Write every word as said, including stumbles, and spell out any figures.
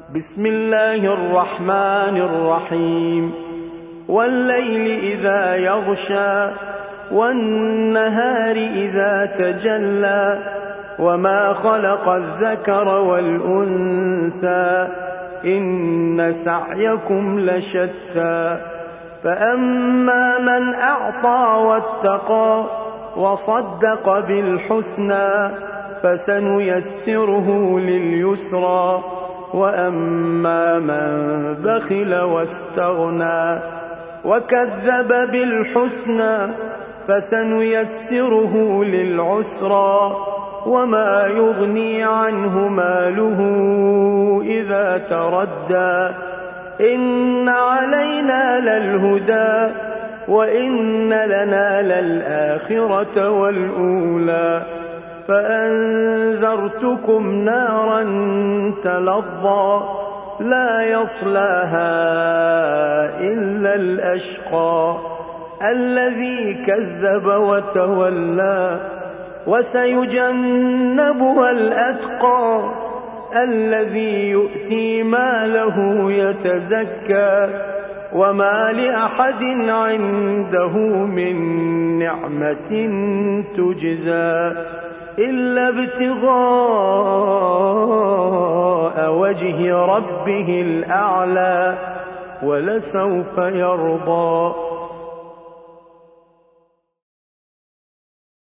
بسم الله الرحمن الرحيم والليل إذا يغشى والنهار إذا تجلى وما خلق الذكر والأنثى إن سعيكم لشتى فأما من أعطى واتقى وصدق بالحسنى فسنيسره لليسرى وأما من بخل واستغنى وكذب بالحسنى فسنيسره للعسرى وما يغني عنه ماله إذا تردى إن علينا للهدى وإن لنا للآخرة والأولى فأنذرتكم نارا تلظى لا يصلاها إلا الأشقى الذي كذب وتولى وسيجنبها الأتقى الذي يؤتي ماله يتزكى وما لأحد عنده من نعمة تجزى إلا ابتغاء وجه ربه الأعلى ولسوف يرضى.